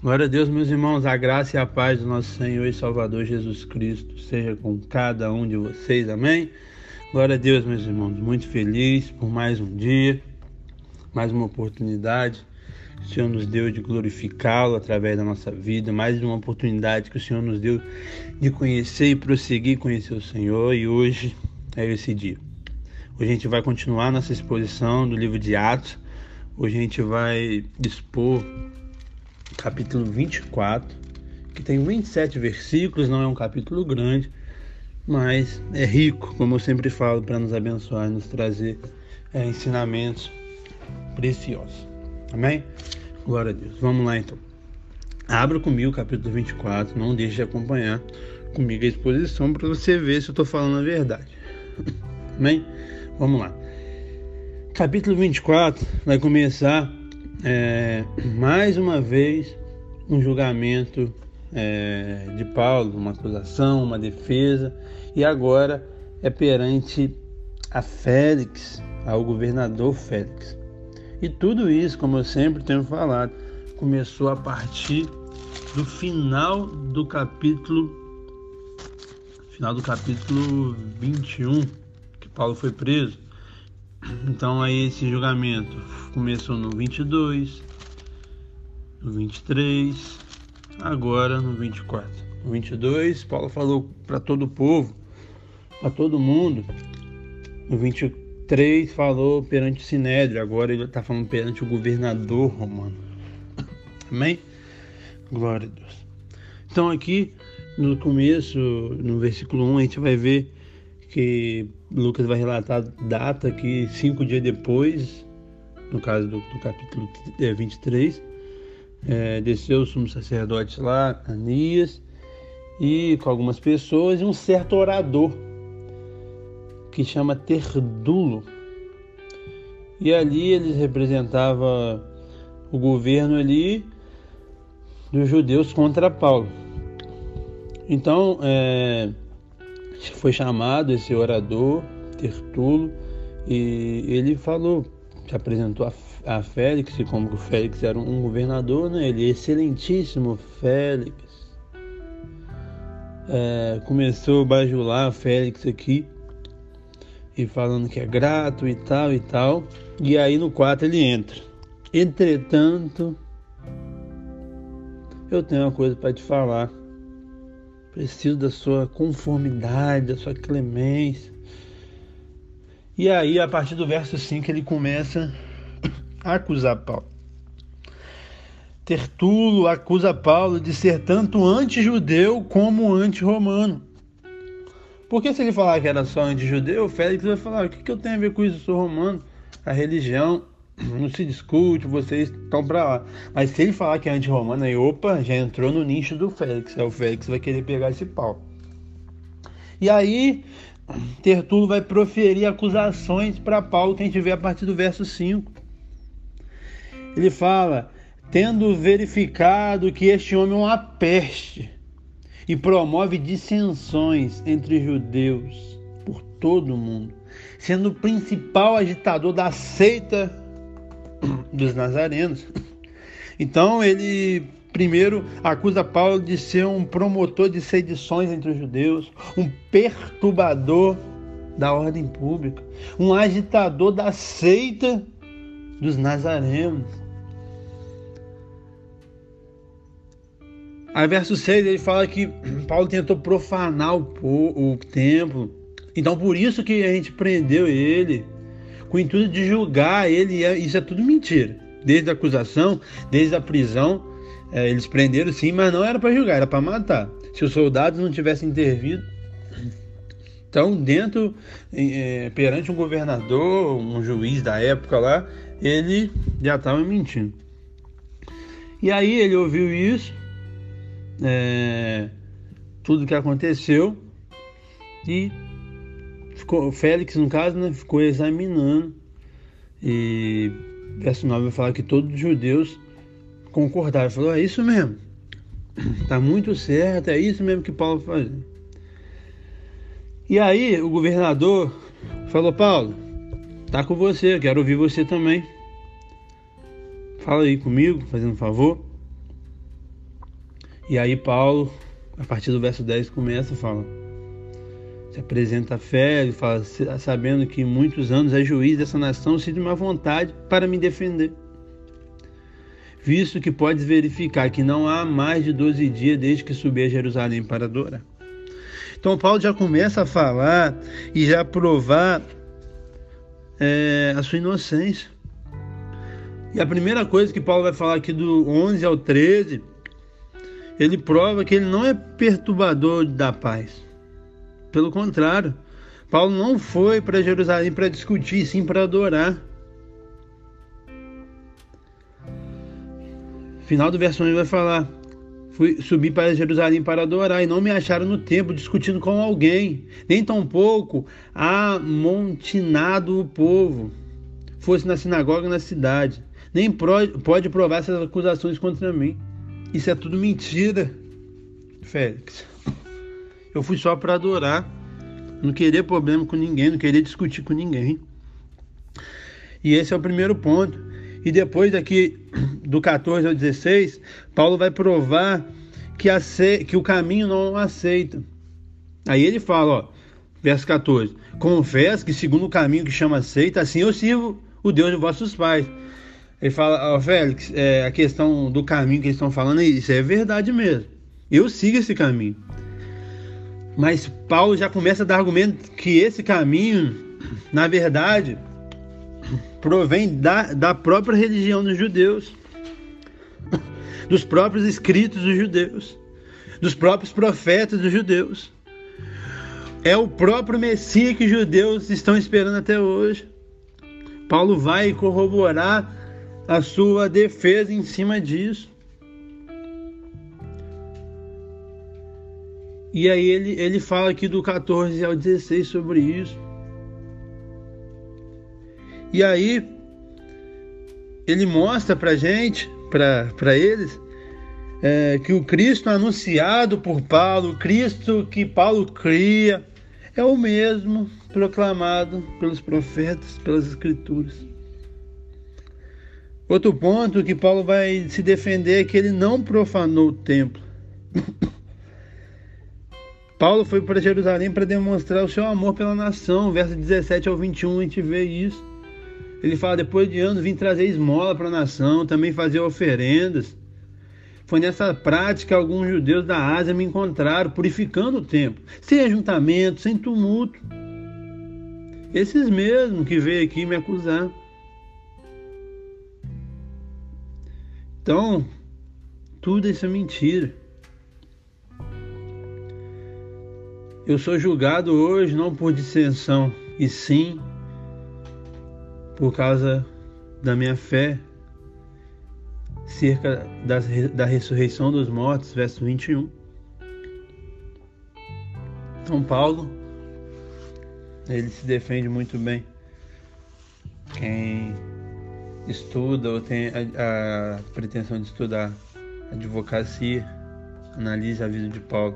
Glória a Deus, meus irmãos, a graça e a paz do nosso Senhor e Salvador Jesus Cristo seja com cada um de vocês, amém? Glória a Deus, meus irmãos, muito feliz por mais um dia, mais uma oportunidade que o Senhor nos deu de glorificá-lo através da nossa vida, mais uma oportunidade que o Senhor nos deu de conhecer e prosseguir conhecer o Senhor, e hoje é esse dia. Hoje a gente vai continuar nossa exposição do livro de Atos. Hoje a gente vai expor capítulo 24, que tem 27 versículos, não é um capítulo grande, mas é rico, como eu sempre falo, para nos abençoar e nos trazer ensinamentos preciosos. Amém? Glória a Deus. Vamos lá então. Abra comigo o capítulo 24, não deixe de acompanhar comigo a exposição para você ver se eu estou falando a verdade. Amém? Vamos lá. Capítulo 24 vai começar mais uma vez um julgamento de Paulo, uma acusação, uma defesa, e agora é perante a Félix, ao governador Félix. E tudo isso, como eu sempre tenho falado, começou a partir do final do capítulo 21, que Paulo foi preso. Então aí esse julgamento começou no 22, no 23, agora no 24. No 22, Paulo falou para todo o povo, para todo mundo. No 23 falou perante o Sinédrio, agora ele está falando perante o governador romano. Amém? Glória a Deus. Então aqui no começo, no versículo 1, a gente vai ver que Lucas vai relatar a data que 5 dias depois, no caso do capítulo 23, desceu o sumo sacerdote lá, Anias, e com algumas pessoas, e um certo orador, que chama Tertulo. E ali eles representavam o governo ali dos judeus contra Paulo. Então, foi chamado esse orador, Tertulo, e ele falou, se apresentou a Félix, e como o Félix era um governador, né? Ele, excelentíssimo Félix, começou a bajular Félix aqui, e falando que é grato e tal, e aí no 4 ele entra. Entretanto, eu tenho uma coisa para te falar. Preciso da sua conformidade, da sua clemência. E aí, a partir do verso 5, ele começa a acusar Paulo. Tertulo acusa Paulo de ser tanto anti-judeu como anti-romano. Porque se ele falar que era só anti-judeu, Félix vai falar: o que eu tenho a ver com isso? Eu sou romano. A religião não se discute, vocês estão para lá. Mas se ele falar que é anti-romano, aí opa, já entrou no nicho do Félix. Aí o Félix vai querer pegar esse pau. E aí Tertulo vai proferir acusações para Paulo, que a gente vê a partir do verso 5. Ele fala: tendo verificado que este homem é uma peste e promove dissensões entre judeus por todo o mundo, sendo o principal agitador da seita dos nazarenos. Então ele primeiro acusa Paulo de ser um promotor de sedições entre os judeus, um perturbador da ordem pública, um agitador da seita dos nazarenos. Aí verso 6 ele fala que Paulo tentou profanar o templo. Então por isso que a gente prendeu ele, com o intuito de julgar ele. Isso é tudo mentira. Desde a acusação, desde a prisão, eles prenderam sim, mas não era para julgar, era para matar. Se os soldados não tivessem intervido. Então perante um governador, um juiz da época lá, ele já estava mentindo. E aí ele ouviu isso, tudo que aconteceu, e o Félix, no caso, né, ficou examinando, e verso 9 vai falar que todos os judeus concordaram, falou: é isso mesmo, tá muito certo, é isso mesmo que Paulo faz. E aí o governador falou: Paulo, tá com você, quero ouvir você também, fala aí comigo, fazendo um favor. E aí Paulo, a partir do verso 10, começa a falar. Se apresenta a fé, ele fala, sabendo que muitos anos é juiz dessa nação, sinto uma vontade para me defender. Visto que podes verificar que não há mais de 12 dias desde que subi a Jerusalém para adorar. Então Paulo já começa a falar e já provar a sua inocência. E a primeira coisa que Paulo vai falar aqui do 11 ao 13, ele prova que ele não é perturbador da paz. Pelo contrário, Paulo não foi para Jerusalém para discutir, sim para adorar. Final do verso 1 ele vai falar: subi para Jerusalém para adorar, e não me acharam no templo discutindo com alguém, nem tampouco amontinado o povo, fosse na sinagoga na cidade. Nem pode provar essas acusações contra mim. Isso é tudo mentira, Félix. Eu fui só para adorar, não queria problema com ninguém, não queria discutir com ninguém. E esse é o primeiro ponto. E depois aqui do 14 ao 16, Paulo vai provar que o caminho não aceita. Aí ele fala, ó, verso 14: confesso que segundo o caminho que chama aceita, assim eu sirvo o Deus de vossos pais. Ele fala, ó, Félix, a questão do caminho que eles estão falando, isso é verdade mesmo. Eu sigo esse caminho. Mas Paulo já começa a dar argumento que esse caminho, na verdade, provém da própria religião dos judeus, dos próprios escritos dos judeus, dos próprios profetas dos judeus. É o próprio Messias que os judeus estão esperando até hoje. Paulo vai corroborar a sua defesa em cima disso. E aí ele fala aqui do 14 ao 16 sobre isso. E aí ele mostra pra gente, pra eles, que o Cristo anunciado por Paulo, o Cristo que Paulo cria, é o mesmo proclamado pelos profetas, pelas escrituras. Outro ponto que Paulo vai se defender é que ele não profanou o templo. Paulo foi para Jerusalém para demonstrar o seu amor pela nação. Verso 17 ao 21 a gente vê isso. Ele fala, depois de anos vim trazer esmola para a nação, também fazer oferendas. Foi nessa prática que alguns judeus da Ásia me encontraram, purificando o templo, sem ajuntamento, sem tumulto. Esses mesmos que veio aqui me acusar. Então, tudo isso é mentira. Eu sou julgado hoje não por dissensão, e sim por causa da minha fé cerca da ressurreição dos mortos, verso 21. Então Paulo, ele se defende muito bem. Quem estuda ou tem a pretensão de estudar advocacia, analise a vida de Paulo.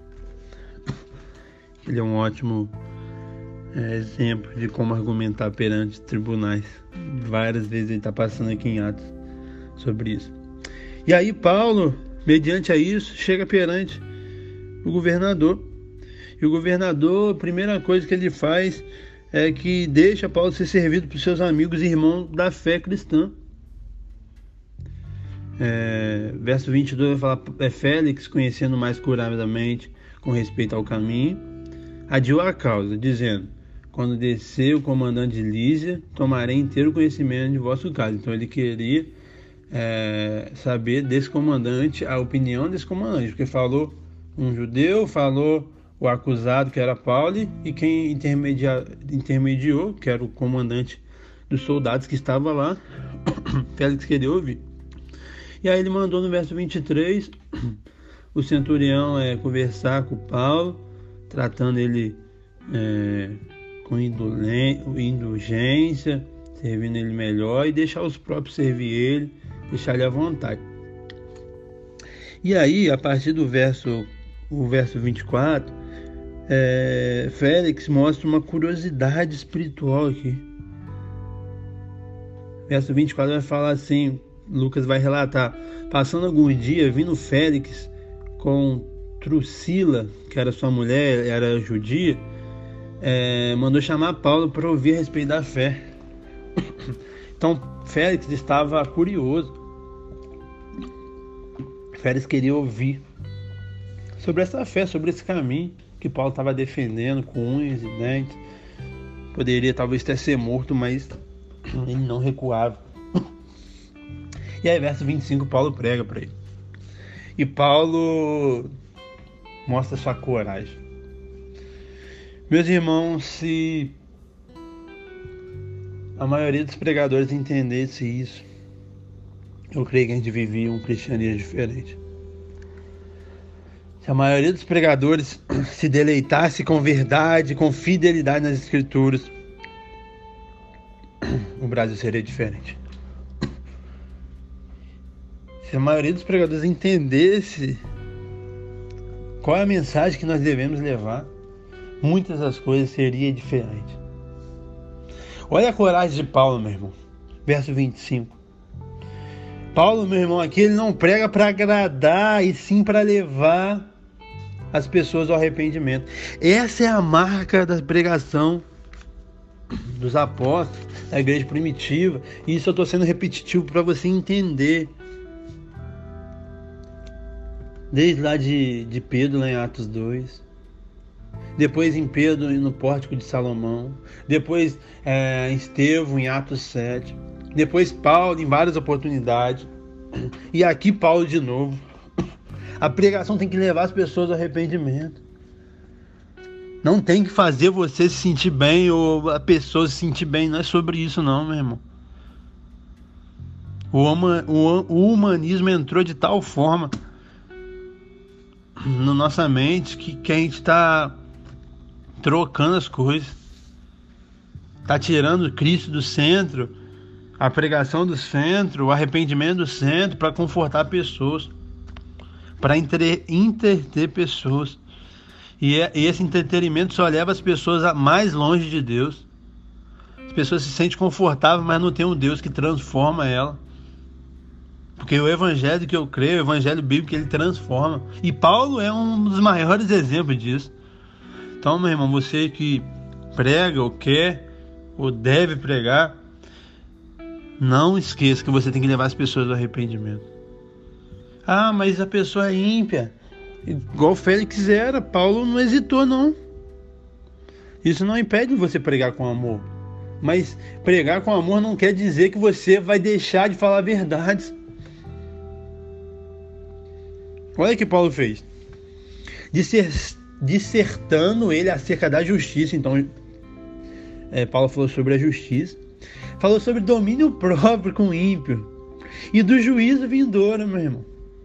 Ele é um ótimo exemplo de como argumentar perante tribunais. Várias vezes ele está passando aqui em Atos sobre isso. E aí Paulo, mediante a isso, chega perante o governador. E o governador, a primeira coisa que ele faz é que deixa Paulo ser servido por seus amigos e irmãos da fé cristã. Verso 22 vai falar, Félix, conhecendo mais curadamente com respeito ao caminho, adiou a causa, dizendo, quando descer o comandante de Lísia, tomarei inteiro conhecimento de vosso caso. Então ele queria saber desse comandante, a opinião desse comandante, porque falou um judeu, falou o acusado, que era Paulo, e quem intermediou, que era o comandante dos soldados que estava lá, Félix queria ouvir. E aí ele mandou no verso 23 o centurião conversar com Paulo, tratando ele com indulgência, servindo ele melhor, e deixar os próprios servir ele, deixar ele à vontade. E aí, a partir do verso 24, Félix mostra uma curiosidade espiritual aqui. Verso 24 vai falar assim, Lucas vai relatar, passando alguns dias, vindo Félix com Drusila, que era sua mulher, era judia, mandou chamar Paulo para ouvir a respeito da fé. Então Félix estava curioso. Félix queria ouvir sobre essa fé, sobre esse caminho que Paulo estava defendendo com unhas e dentes. Poderia talvez até ser morto, mas ele não recuava. E aí, verso 25, Paulo prega para ele. E Paulo mostra sua coragem. Meus irmãos, se a maioria dos pregadores entendesse isso, eu creio que a gente vivia um cristianismo diferente. Se a maioria dos pregadores se deleitasse com verdade, com fidelidade nas Escrituras, o Brasil seria diferente. Se a maioria dos pregadores entendesse qual é a mensagem que nós devemos levar, muitas das coisas seriam diferentes. Olha a coragem de Paulo, meu irmão. Verso 25. Paulo, meu irmão, aqui ele não prega para agradar, e sim para levar as pessoas ao arrependimento. Essa é a marca da pregação dos apóstolos, da igreja primitiva. E isso eu estou sendo repetitivo para você entender. Desde lá de Pedro, lá em Atos 2. Depois em Pedro, no pórtico de Salomão. Depois em Estevão, em Atos 7. Depois Paulo, em várias oportunidades. E aqui Paulo de novo. A pregação tem que levar as pessoas ao arrependimento. Não tem que fazer você se sentir bem ou a pessoa se sentir bem. Não é sobre isso não, meu irmão. O humanismo entrou de tal forma na nossa mente que a gente está trocando as coisas. Está tirando Cristo do centro, a pregação do centro, o arrependimento do centro, para confortar pessoas, para entreter pessoas. E esse entretenimento só leva as pessoas mais longe de Deus. As pessoas se sentem confortáveis, mas não tem um Deus que transforma ela. Porque o evangelho que eu creio, o evangelho bíblico, ele transforma. E Paulo é um dos maiores exemplos disso. Então, meu irmão, você que prega ou quer ou deve pregar, não esqueça que você tem que levar as pessoas ao arrependimento. Ah, mas a pessoa é ímpia. Igual Félix era, Paulo não hesitou não. Isso não impede você pregar com amor. Mas pregar com amor não quer dizer que você vai deixar de falar verdades. Olha o que Paulo fez. Dissertando ele acerca da justiça. Então, Paulo falou sobre a justiça. Falou sobre domínio próprio com o ímpio. E do juízo vindouro, meu irmão.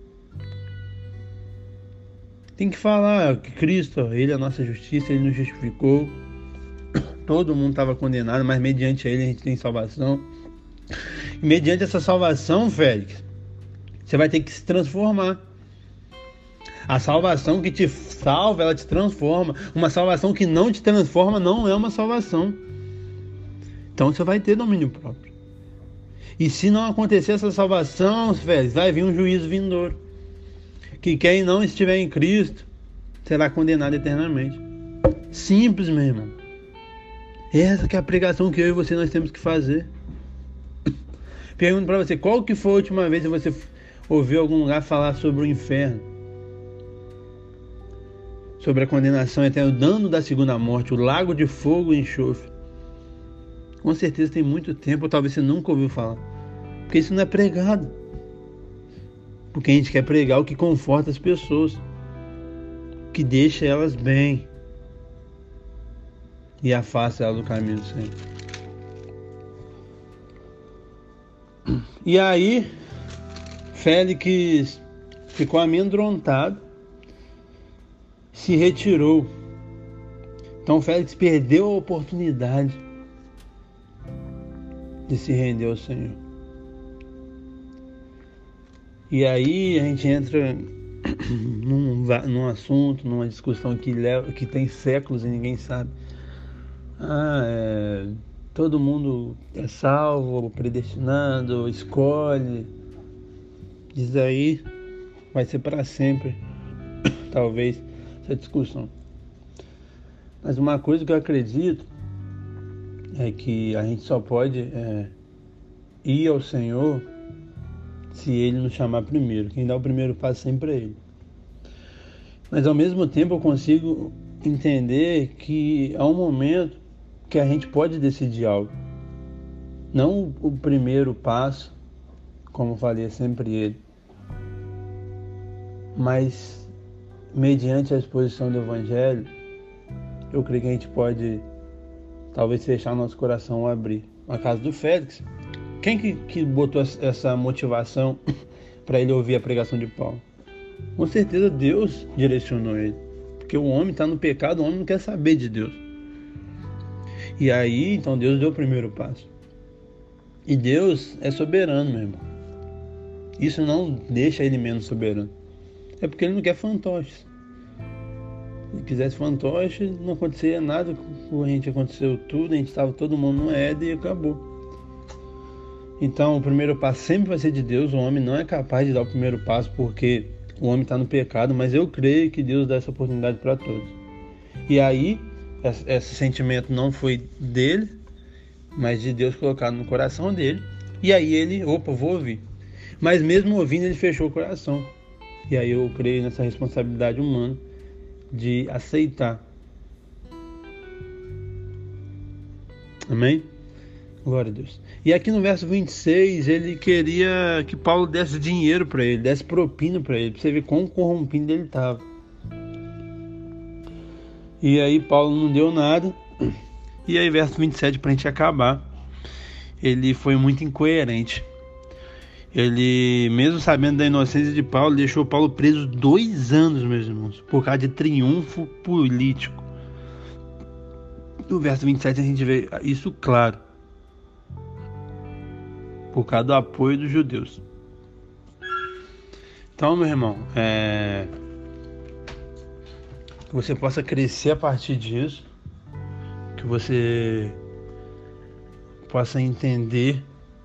Tem que falar que Cristo, ele é a nossa justiça, ele nos justificou. Todo mundo estava condenado, mas mediante ele a gente tem salvação. E mediante essa salvação, Félix, você vai ter que se transformar. A salvação que te salva, ela te transforma. Uma salvação que não te transforma não é uma salvação. Então você vai ter domínio próprio. E se não acontecer essa salvação, Félix, vai vir um juízo vindouro. Que quem não estiver em Cristo será condenado eternamente. Simples, meu irmão. Essa que é a pregação que eu e você nós temos que fazer. Pergunto para você, qual que foi a última vez que você ouviu algum lugar falar sobre o inferno? Sobre a condenação eterna, o dano da segunda morte, o lago de fogo e enxofre. Com certeza tem muito tempo, ou talvez você nunca ouviu falar. Porque isso não é pregado. Porque a gente quer pregar o que conforta as pessoas, que deixa elas bem e afasta elas do caminho do Senhor. E aí, Félix ficou amedrontado, se retirou. Então Félix perdeu a oportunidade de se render ao Senhor. E aí a gente entra num assunto, numa discussão que tem séculos e ninguém sabe. Todo mundo é salvo, predestinado, escolhe. Diz aí, vai ser para sempre. talvez, essa discussão. Mas uma coisa que eu acredito é que a gente só pode ir ao Senhor se Ele nos chamar primeiro. Quem dá o primeiro passo sempre é Ele. Mas ao mesmo tempo eu consigo entender que há um momento que a gente pode decidir algo. Não o primeiro passo, como falei, é sempre Ele. Mas mediante a exposição do Evangelho, eu creio que a gente pode talvez fechar nosso coração ou abrir. Na casa do Félix, quem que botou essa motivação para ele ouvir a pregação de Paulo? Com certeza Deus direcionou ele. Porque o homem está no pecado, o homem não quer saber de Deus. E aí, então Deus deu o primeiro passo. E Deus é soberano, meu irmão. Isso não deixa ele menos soberano. É porque ele não quer fantoches. Se ele quisesse fantoche, não acontecia nada com a gente, aconteceu tudo, a gente estava todo mundo no Éden e acabou. Então o primeiro passo sempre vai ser de Deus. O homem não é capaz de dar o primeiro passo porque o homem está no pecado, mas eu creio que Deus dá essa oportunidade para todos. E aí, esse sentimento não foi dele, mas de Deus colocado no coração dele. E aí ele, vou ouvir. Mas mesmo ouvindo, ele fechou o coração. E aí eu creio nessa responsabilidade humana de aceitar. Amém? Glória a Deus. E aqui no verso 26, ele queria que Paulo desse dinheiro para ele, desse propina para ele, para você ver quão corrompido ele estava. E aí Paulo não deu nada. E aí verso 27, para a gente acabar, ele foi muito incoerente. Ele, mesmo sabendo da inocência de Paulo, deixou Paulo preso 2 anos, meus irmãos, por causa de triunfo político. No verso 27 a gente vê isso claro. Por causa do apoio dos judeus. Então, meu irmão, que você possa crescer a partir disso, que você possa entender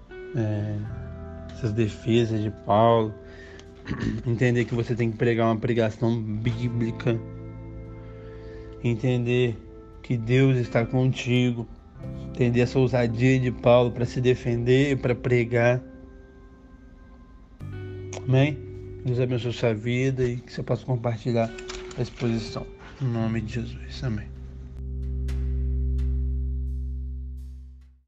essas defesas de Paulo, entender que você tem que pregar uma pregação bíblica, entender que Deus está contigo, entender essa ousadia de Paulo para se defender e para pregar. Amém? Deus abençoe a sua vida e que você possa compartilhar a exposição. Em nome de Jesus. Amém.